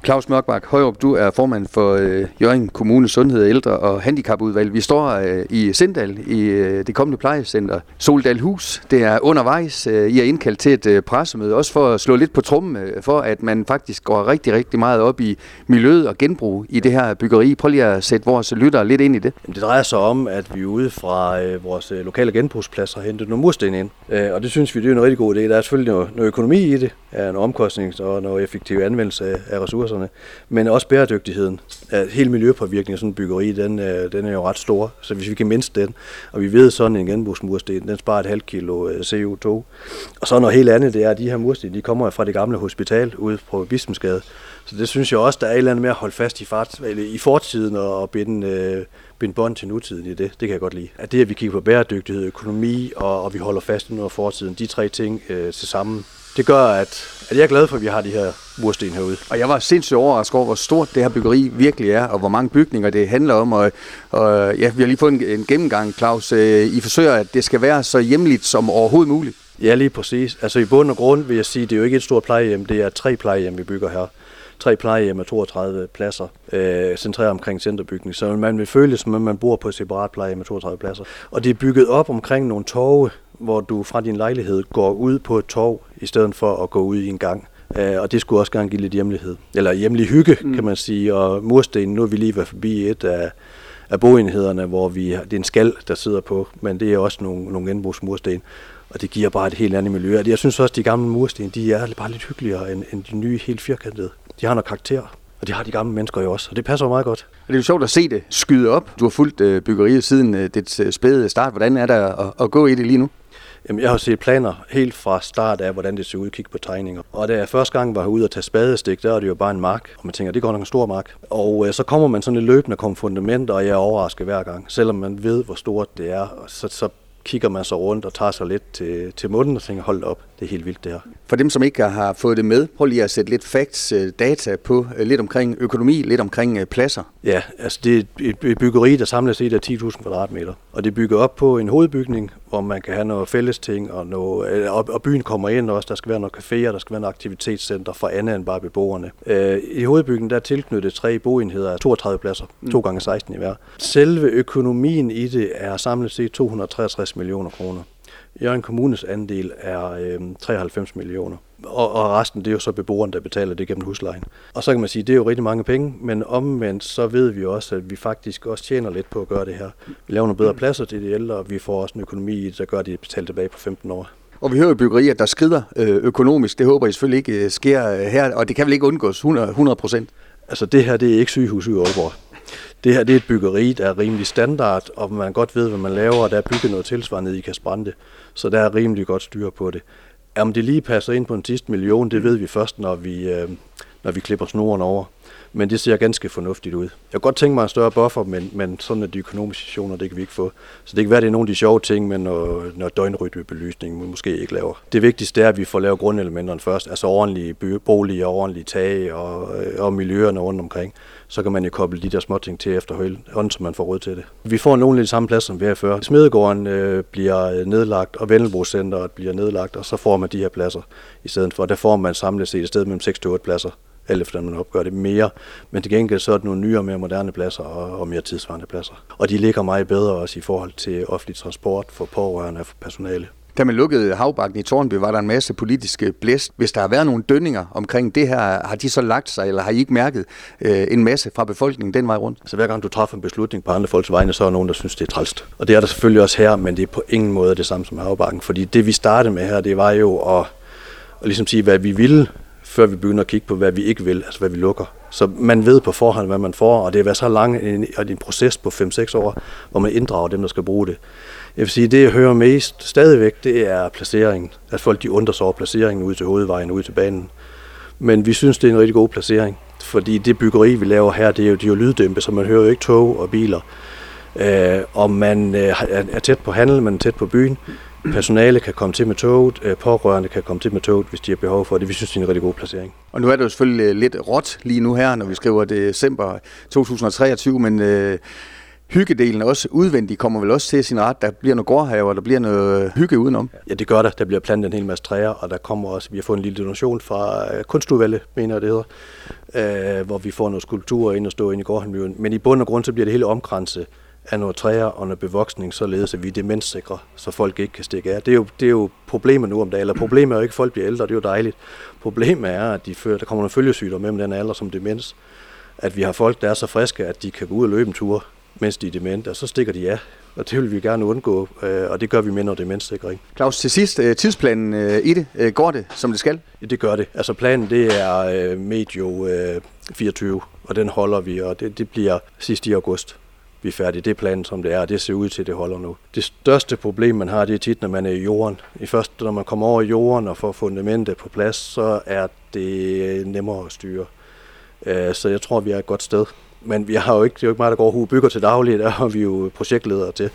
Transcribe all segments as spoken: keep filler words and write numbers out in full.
Claus Mørkbak Højrup, du er formand for øh, Hjørring Kommune Sundhed, Ældre og Handicapudvalg. Vi står øh, i Sindal i øh, det kommende plejecenter Soldalhus. Det er undervejs. Øh, I er indkaldt til et øh, pressemøde, også for at slå lidt på trummen, øh, for at man faktisk går rigtig, rigtig meget op i miljøet og genbrug i det her byggeri. Prøv lige at sætte vores lyttere lidt ind i det. Det drejer sig om, at vi er ude fra øh, vores øh, lokale genbrugspladser og henter nogle mursten ind. Øh, og det synes vi, det er en rigtig god idé. Der er selvfølgelig noget, noget økonomi i det, en omkostning og noget effektiv anvendelse af, af ressourcerne, men også bæredygtigheden. Hele miljøpåvirkningen af sådan en byggeri, den, den er jo ret stor, så hvis vi kan mindske den, og vi ved sådan en genbrugsmursten, den sparer et halvt kilo C O to. Og så noget helt andet, det er, at de her mursten, de kommer fra det gamle hospital ude på Bispensgade. Så det synes jeg også, der er et eller andet med at holde fast i, fart, i fortiden og binde, øh, binde bånd til nutiden i det. Det kan jeg godt lide. At det, at vi kigger på bæredygtighed, økonomi og, og vi holder fast i noget af fortiden, de tre ting øh, til sammen, det gør, at, at jeg er glad for, at vi har de her mursten herude. Og jeg var sindssygt overrasket over, hvor stort det her byggeri virkelig er, og hvor mange bygninger det handler om. Og, og ja, vi har lige fået en, en gennemgang, Claus. I forsøger, at det skal være så hjemligt som overhovedet muligt. Ja, lige præcis. Altså i bund og grund vil jeg sige, det er jo ikke et stort plejehjem, det er tre plejehjem, vi bygger her. Tre plejehjem med toogtredive pladser, øh, centreret omkring centerbygning. Så man vil føle, som om man bor på et separat plejehjem med toogtredive pladser. Og det er bygget op omkring nogle torve, hvor du fra din lejlighed går ud på et torv, i stedet for at gå ud i en gang. Øh, og det skulle også gerne give lidt hjemlighed. Eller hjemlig hygge, mm. kan man sige. Og mursten, nu er vi lige været forbi et af, af boenhederne, hvor vi, det er en skal, der sidder på, men det er også nogle, nogle genbrugsmursten. Og det giver bare et helt andet miljø. Jeg synes også, at de gamle mursten, de er bare lidt hyggeligere end, end de nye, helt firkantede. De har noget karakter, og det har de gamle mennesker jo også, og det passer jo meget godt. Og det er jo sjovt at se det skyde op. Du har fulgt byggeriet siden dets spæde start. Hvordan er der at, at gå i det lige nu? Jamen, jeg har set planer helt fra start af, hvordan det ser ud, kigge på tegninger. Og da jeg første gang var herude og tage spadestik, der er det jo bare en mark, og man tænker, det går nok en stor mark. Og øh, så kommer man sådan et løbende kom fundament, og jeg er overrasket hver gang. Selvom man ved, hvor stort det er, så, så kigger man så rundt og tager sig lidt til, til munden og tænker, hold op, det er helt vildt det her. For dem, som ikke har fået det med, prøv lige at sætte lidt facts, data på, lidt omkring økonomi, lidt omkring pladser. Ja, altså det er et byggeri, der samlet set er ti tusind kvadratmeter, og det bygger op på en hovedbygning, hvor man kan have noget fælles ting, og, noget, og byen kommer ind også, der skal være nogle caféer, der skal være nogle aktivitetscenter for andet end bare beboerne. I hovedbygningen der er tilknyttet tre boenheder af toogtredive pladser, mm. to gange seksten i hver. Selve økonomien i det er samlet set to hundrede og treogtres millioner kroner. Hjørring Kommunes andel er øh, treoghalvfems millioner, og, og resten det er jo så beboerne, der betaler det gennem huslejen. Og så kan man sige, det er jo rigtig mange penge, men omvendt så ved vi også, at vi faktisk også tjener lidt på at gøre det her. Vi laver nogle bedre pladser til de ældre, og vi får også en økonomi, der gør, at de betaler tilbage på femten år. Og vi hører jo byggerier, der skrider økonomisk. Det håber jeg selvfølgelig ikke sker her, og det kan vel ikke undgås hundrede procent? Altså det her, det er ikke sygehus i Aalborg. Det her det er et byggeri, der er rimelig standard, og man godt ved, hvad man laver, og der er bygget noget tilsvarende i Kasbrande, så der er rimelig godt styr på det. Om det lige passer ind på en sidste million, det ved vi først, når vi, øh, når vi klipper snoren over. Men det ser ganske fornuftigt ud. Jeg kan godt tænke mig en større buffer, men, men sådan er de økonomiske situationer, det kan vi ikke få. Så det kan være, det er nogle af de sjove ting, men noget, noget døgnrytmebelysning, vi måske ikke laver. Det vigtigste er, at vi får lavet grundelementerne først, altså ordentlige boliger, ordentlige tage og, og miljøerne rundt omkring. Så kan man jo koble de der småting til efterhånden, så man får råd til det. Vi får nogle af de samme pladser, som vi har før. Smedegården øh, bliver nedlagt, og Vendelbocenteret bliver nedlagt, og så får man de her pladser i stedet for. Der får man samlet set et sted mellem seks til otte pladser, alt efter man opgør det mere. Men til gengæld så er det nogle nye og mere moderne pladser og, og mere tidsvarende pladser. Og de ligger meget bedre også i forhold til offentlig transport for pårørende og for personale. Da man lukkede Havbakken i Tårnby, var der en masse politiske blæst. Hvis der har været nogle dønninger omkring det her, har de så lagt sig, eller har I ikke mærket øh, en masse fra befolkningen den vej rundt? Så hver gang du træffer en beslutning på andre folks vegne, så er der nogen, der synes, det er trælst. Og det er der selvfølgelig også her, men det er på ingen måde det samme som Havbakken. Fordi det vi startede med her, det var jo at, at ligesom sige, hvad vi ville, før vi begynder at kigge på, hvad vi ikke vil, altså hvad vi lukker. Så man ved på forhånd, hvad man får, og det har været så lang en, en proces på fem seks år, hvor man inddrager dem, der skal bruge det. Jeg vil sige, det jeg hører mest stadigvæk, det er placeringen. At folk de undrer sig over placeringen ude til hovedvejen, ude til banen. Men vi synes, det er en rigtig god placering, fordi det byggeri, vi laver her, det er jo, det er jo lyddæmpe, så man hører jo ikke tog og biler. Øh, og man øh, er tæt på handel, man er tæt på byen. Personale kan komme til med toget, øh, pårørende kan komme til med toget, hvis de har behov for det. Vi synes, det er en rigtig god placering. Og nu er det jo selvfølgelig lidt råt lige nu her, når vi skriver december to tusind og treogtyve, men øh, hyggedelen også udvendigt kommer vel også til sin ret. Der bliver noget gårdhaver, der bliver noget hygge udenom. Ja, det gør der. Der bliver plantet en hel masse træer, og der kommer også, vi har fået en lille donation fra Kunstudvalget, mener jeg det hedder, øh, hvor vi får noget skulpturer ind og stå ind i gårdhaven. Men i bund og grund, så bliver det hele omkranset af noget træer og noget bevoksning, således at vi er demenssikre, så folk ikke kan stikke af. Det er jo, det er jo problemet nu om dagen. Eller problemet er jo ikke, at folk bliver ældre, det er jo dejligt. Problemet er, at de fører, der kommer nogle følgesygdomme med den alder som demens. At vi har folk, der er så friske, at de kan gå ud og løbe en tur, mens de er demente, og så stikker de af. Og det vil vi gerne undgå, og det gør vi med noget demenssikring. Claus, til sidst, tidsplanen i det, går det, som det skal? Ja, det gør det. Altså planen, det er medio fireogtyve, og den holder vi, og det, det bliver sidst i august. Vi er færdige. Det er planen, som det er, og det ser ud til, at det holder nu. Det største problem, man har, det er tit, når man er i jorden. I først, når man kommer over i jorden og får fundamentet på plads, så er det nemmere at styre. Så jeg tror, vi er et godt sted. Men vi har jo ikke, det er jo ikke meget, der går og bygger til daglig, der har vi jo projektledere til,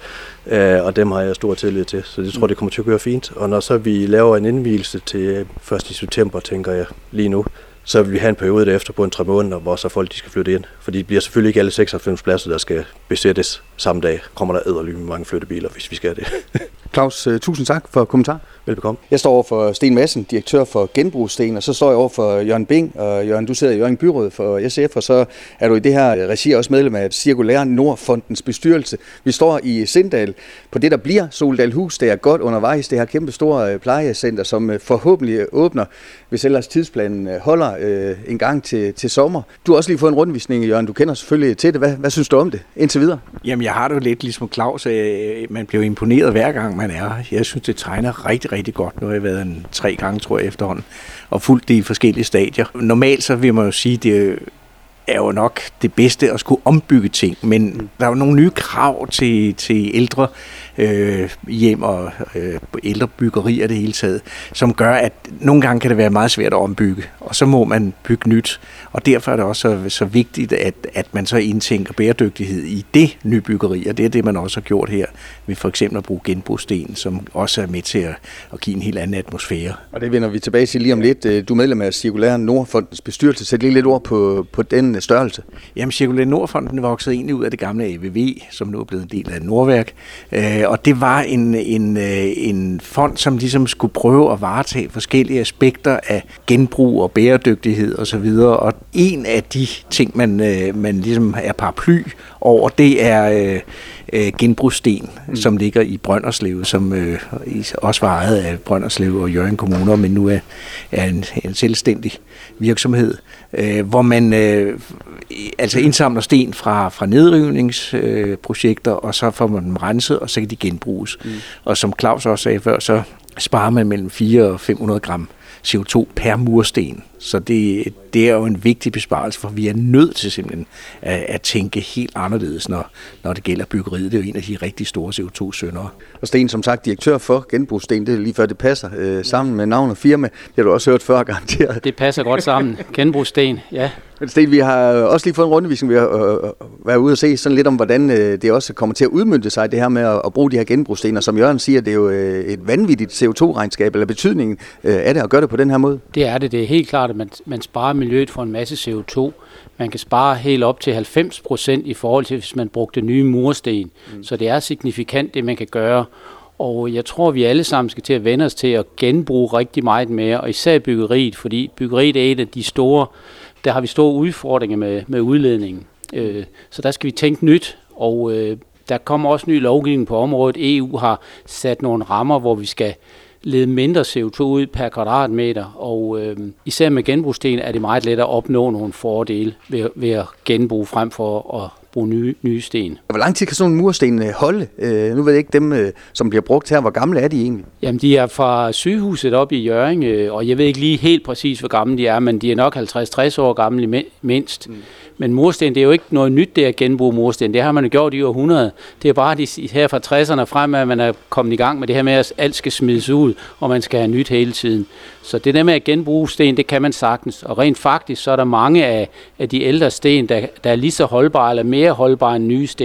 og dem har jeg stor tillid til, så det tror det kommer til at gøre fint. Og når så vi laver en indvielse til første september, tænker jeg lige nu, så vil vi have en periode derefter på en tre måneder, hvor så folk de skal flytte ind. Fordi det bliver selvfølgelig ikke alle seksoghalvfems pladser, der skal besættes samme dag. Kommer der edderlyme med mange flyttebiler, hvis vi skal det. Claus, tusind tak for kommentar. Velbekomme. Jeg står over for Sten Madsen, direktør for Genbrugssten, og så står jeg over for Jørgen Bing. Og Jørgen, du sidder i Hjørring Byråd for S F, og så er du i det her regi også medlem af Cirkulær Nordfondens bestyrelse. Vi står i Sindal på det, der bliver Soldalhus. Det er godt undervejs. Det her kæmpe store plejecenter, som forhåbentlig åbner, hvis ellers tidsplanen holder øh, en gang til, til sommer. Du har også lige fået en rundvisning, Jørgen. Du kender selvfølgelig til det. Hvad, hvad synes du om det indtil videre? Jamen, jeg har det jo lidt ligesom Claus. Man bliver imponeret hver gang, man er. Jeg synes, det tegner rigtig, rigtig godt. Nu har jeg været en tre gange, tror jeg, efterhånden, og fulgt det i forskellige stadier. Normalt så vil man jo sige, det er jo nok det bedste at skulle ombygge ting, men mm. der er jo nogle nye krav til, til ældre øh, hjem og øh, ældre byggerier det hele taget, som gør, at nogle gange kan det være meget svært at ombygge, og så må man bygge nyt. Og derfor er det også så, så vigtigt, at, at man så indtænker bæredygtighed i det nye byggeri, og det er det, man også har gjort her, ved for eksempel at bruge genbrugssten, som også er med til at, at give en helt anden atmosfære. Og det vender vi tilbage til lige om lidt. Du er medlem af Cirkulær Nordfondens bestyrelse. Sæt lige lidt ord på, på den størrelse. Jamen, Cirkulær Nordfonden voksede egentlig ud af det gamle A V V, som nu er blevet en del af Nordværk. Øh, og det var en, en, en fond, som ligesom skulle prøve at varetage forskellige aspekter af genbrug og bæredygtighed osv. Og en af de ting, man, man ligesom er paraply over, det er øh, genbrugssten, mm. som ligger i Brønderslev, som øh, også var ejet af Brønderslev og Hjørring kommuner, men nu er, er en, en selvstændig virksomhed, øh, hvor man øh, altså indsamler sten fra, fra nedrivningsprojekter, øh, og så får man dem renset, og så kan de genbruges. Mm. Og som Claus også sagde før, så sparer man mellem fire og fem hundrede gram C O to per mursten. Så det, det er jo en vigtig besparelse, for vi er nødt til simpelthen at, at tænke helt anderledes, når, når det gælder byggeriet. Det er jo en af de rigtig store C O to syndere. Og Sten, som sagt, direktør for Genbrugssten, det er lige før det passer øh, sammen med navn og firma. Det har du også hørt før, garanteret. Det passer godt sammen. Genbrugssten, ja. Men Sten, vi har også lige fået en rundevisning, vi har øh, været ude og se sådan lidt om, hvordan øh, det også kommer til at udmønte sig, det her med at, at bruge de her genbrugssten. Og som Jørgen siger, det er jo øh, et vanvittigt C O to regnskab, eller betydningen øh, af det at gøre det på den her måde. Det er det. Det er helt klart, at man, man sparer miljøet for en masse C O to. Man kan spare helt op til halvfems procent i forhold til, hvis man brugte nye mursten. Mm. Så det er signifikant, det man kan gøre. Og jeg tror, vi alle sammen skal til at vende os til at genbruge rigtig meget mere, og især byggeriet, fordi byggeriet er et af de store, der har vi store udfordringer med, med udledningen. Øh, så der skal vi tænke nyt, og øh, der kommer også ny lovgivning på området. E U har sat nogle rammer, hvor vi skal lede mindre C O to ud per kvadratmeter, og øh, især med genbrugssten er det meget let at opnå nogle fordele ved, ved at genbruge frem for at bruge nye, nye sten. Hvor lang tid kan sådan nogle mursten holde? Øh, nu ved jeg ikke dem, øh, som bliver brugt her. Hvor gamle er de egentlig? Jamen, de er fra sygehuset op i Hjørring, øh, og jeg ved ikke lige helt præcis, hvor gamle de er, men de er nok halvtreds til tres år gamle mindst. Mm. Men mursten, det er jo ikke noget nyt, det at genbruge mursten. Det har man jo gjort i århundrede. Det er bare de, her fra tresserne frem, at man er kommet i gang med det her med, at alt skal smides ud, og man skal have nyt hele tiden. Så det der med at genbruge sten, det kan man sagtens. Og rent faktisk, så er der mange af, af de ældre sten, der, der er lige så holdbare, eller mere holdbare end nye sten.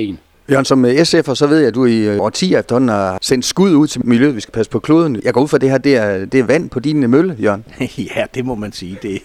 Jørgen, som S F'er, så ved jeg, at du i årtier efterhånden har sendt skud ud til miljøet, vi skal passe på kloden. Jeg går ud fra, det her, det er, det er vand på din mølle, Jørgen. Ja, det må man sige. Det,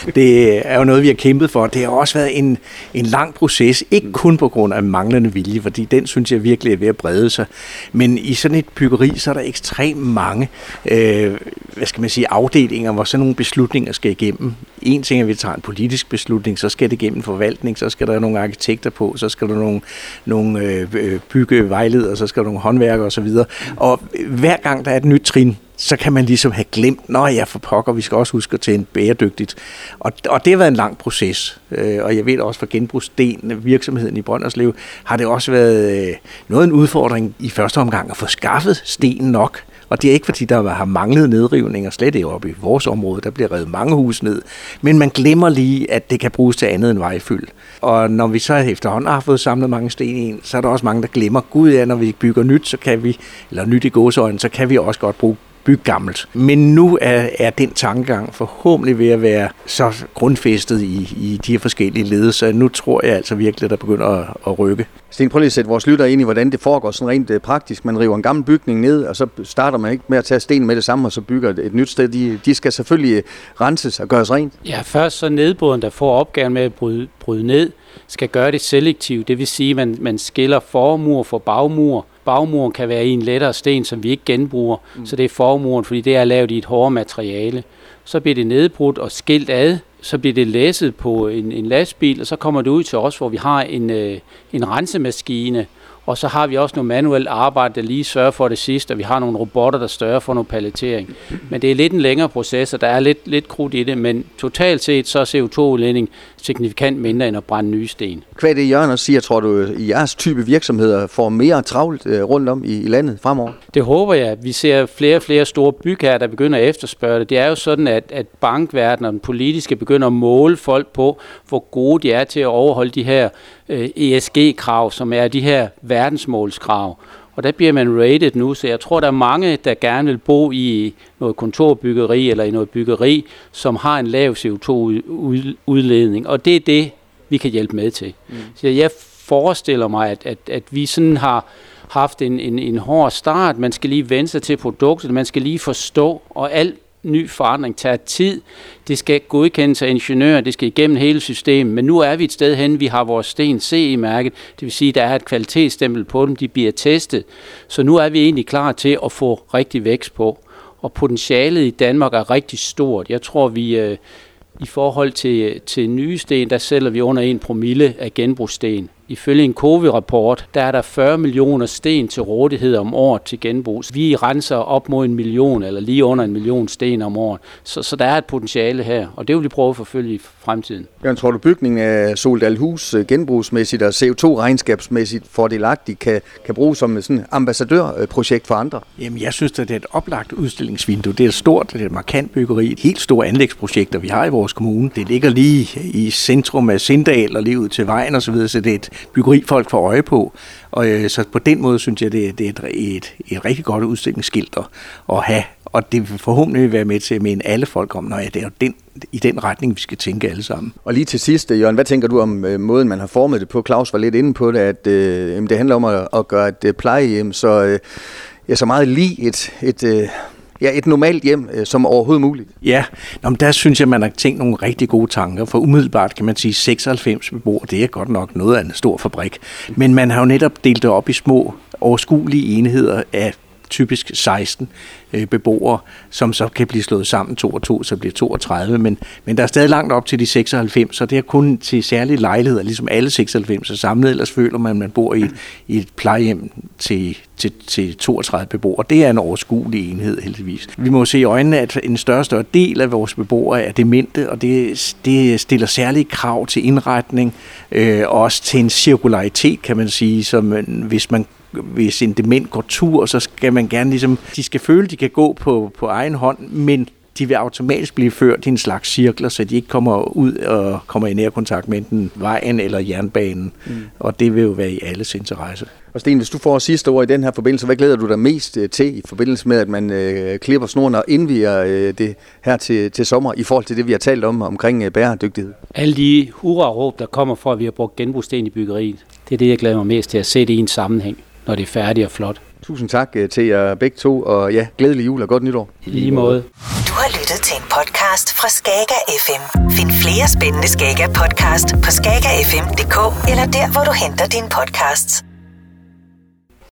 det er jo noget, vi har kæmpet for. Det har også været en, en lang proces, ikke kun på grund af manglende vilje, fordi den synes jeg virkelig er ved at brede sig. Men i sådan et byggeri, så er der ekstremt mange øh, hvad skal man sige, afdelinger, hvor sådan nogle beslutninger skal igennem. En ting er, at vi tager en politisk beslutning, så skal det igennem forvaltning, så skal der nogle arkitekter på, så skal der nogle, nogle øh, byggevejledere, så skal der nogle håndværkere osv. Og hver gang der er et nyt trin, så kan man ligesom have glemt, nå ja, for pokker, vi skal også huske at tænde bæredygtigt. Og, og det har været en lang proces, øh, og jeg ved også for Genbrugssten, virksomheden i Brønderslev, har det også været øh, noget en udfordring i første omgang at få skaffet sten nok. Og det er ikke fordi, der har manglet nedrivninger, slet ikke oppe i vores område, der bliver revet mange hus ned. Men man glemmer lige, at det kan bruges til andet end vejfyld. Og når vi så efterhånden har fået samlet mange sten i en, så er der også mange, der glemmer, gud ja, når vi bygger nyt, så kan vi, eller nyt i gåseøjne, så kan vi også godt bruge bygge gammelt. Men nu er, er den tankegang forhåbentlig ved at være så grundfæstet i, i de her forskellige led, så nu tror jeg altså virkelig, at der begynder at, at rykke. Sten, prøv lige at sætte vores lytter ind i, hvordan det foregår sådan rent uh, praktisk. Man river en gammel bygning ned, og så starter man ikke med at tage sten med det samme, og så bygger et nyt sted. De, de skal selvfølgelig renses og gøres rent. Ja, først så nedbryderen, der får opgaven med at bryde, bryde ned, skal gøre det selektivt. Det vil sige, at man, man skiller formur fra bagmur. Bagmuren kan være i en lettere sten, som vi ikke genbruger, mm. så det er formuren, fordi det er lavet i et hårdere materiale. Så bliver det nedbrudt og skilt ad, så bliver det læsset på en, en lastbil, og så kommer det ud til os, hvor vi har en, øh, en rensemaskine, og så har vi også noget manuelt arbejde, der lige sørger for det sidste, og vi har nogle robotter, der større for noget paletering. Men det er lidt en længere proces, og der er lidt, lidt krudt i det, men totalt set så er C O to udledning signifikant mindre end at brænde nye sten. Hvad det Jørgen også siger, tror du, i jeres type virksomheder får mere travlt rundt om i, i landet fremover? Det håber jeg. Vi ser flere og flere store bygherrer, der begynder at efterspørge det. Det er jo sådan, at, at bankverdenen og den politiske begynder at måle folk på, hvor gode de er til at overholde de her øh, E S G-krav, som er de her verdensmålskrav. Og der bliver man rated nu, så jeg tror, der er mange, der gerne vil bo i noget kontorbyggeri eller i noget byggeri, som har en lav C O to udledning. Og det er det, vi kan hjælpe med til. Mm. Så jeg forestiller mig, at, at, at vi sådan har haft en, en, en hård start. Man skal lige vende sig til produktet, man skal lige forstå, og alt ny forandring tager tid. Det skal godkendes af ingeniører, det skal igennem hele systemet, men nu er vi et sted hen, vi har vores sten C E-mærket, det vil sige, at der er et kvalitetsstempel på dem, de bliver testet. Så nu er vi egentlig klar til at få rigtig vækst på. Og potentialet i Danmark er rigtig stort. Jeg tror, vi øh, i forhold til, til nye sten, der sælger vi under en promille af genbrugssten. Ifølge en COVID-rapport, der er der fyrre millioner sten til rådighed om året til genbrug. Vi renser op mod en million, eller lige under en million sten om året. Så, så der er et potentiale her, og det vil vi prøve at forfølge i fremtiden. Jørgen, tror du bygningen af Soldalhus genbrugsmæssigt og C O to regnskabsmæssigt fordelagtigt kan, kan bruges som sådan et ambassadørprojekt for andre? Jamen, jeg synes, at det er et oplagt udstillingsvindue. Det er et stort, det er et markant byggeri, et helt stort anlægsprojekt, vi har i vores kommune. Det ligger lige i centrum af Sindal og lige ud til vejen og så videre, så det er et byggeri, folk får øje på. Og øh, så på den måde synes jeg, det, det er et, et, et rigtig godt udstillingsskilt at have. Og det vil forhåbentlig være med til at mene alle folk om, når ja, det er den, i den retning, vi skal tænke alle sammen. Og lige til sidst, Jørgen, hvad tænker du om øh, måden, man har formet det på? Claus var lidt inde på det, at øh, det handler om at, at gøre et øh, plejehjem så, øh, ja, så meget lige et... et øh, Ja, et normalt hjem, øh, som overhovedet muligt. Ja, nå, men der synes jeg, man har tænkt nogle rigtig gode tanker, for umiddelbart kan man sige seksoghalvfems beboere, det er godt nok noget af en stor fabrik. Men man har jo netop delt det op i små, overskuelige enheder af typisk seksten øh, beboere, som så kan blive slået sammen to og to, så bliver toogtredive, men, men der er stadig langt op til de seksoghalvfems, så det er kun til særlige lejligheder, ligesom alle seksoghalvfems er samlet, ellers føler man, at man bor i et, i et plejehjem til, til, til toogtredive beboere. Det er en overskuelig enhed, heldigvis. Vi må se i øjnene, at en større og større del af vores beboere er demente, og det, det stiller særlige krav til indretning, øh, og også til en cirkularitet, kan man sige, som hvis man hvis en dement går tur, så skal man gerne ligesom, de skal føle, at de kan gå på, på egen hånd, men de vil automatisk blive ført i en slags cirkler, så de ikke kommer ud og kommer i nærkontakt med enten vejen eller jernbanen. Mm. Og det vil jo være i alles interesse. Og Sten, hvis du får sidste ord i den her forbindelse, hvad glæder du dig mest til i forbindelse med, at man øh, klipper snoren og indviger øh, det her til, til sommer, i forhold til det, vi har talt om omkring øh, bæredygtighed? Alle de hurra-råb, der kommer fra, at vi har brugt genbrugssten i byggeriet. det er det, jeg glæder mig mest til at se det i en sammenhæng, når det er færdigt og flot. Tusind tak til jer begge to, og ja, glædelig jul og godt nytår. I lige måde. Du har lyttet til en podcast fra Skager F M. Find flere spændende Skager podcast på skager f m punktum d k eller der, hvor du henter dine podcasts.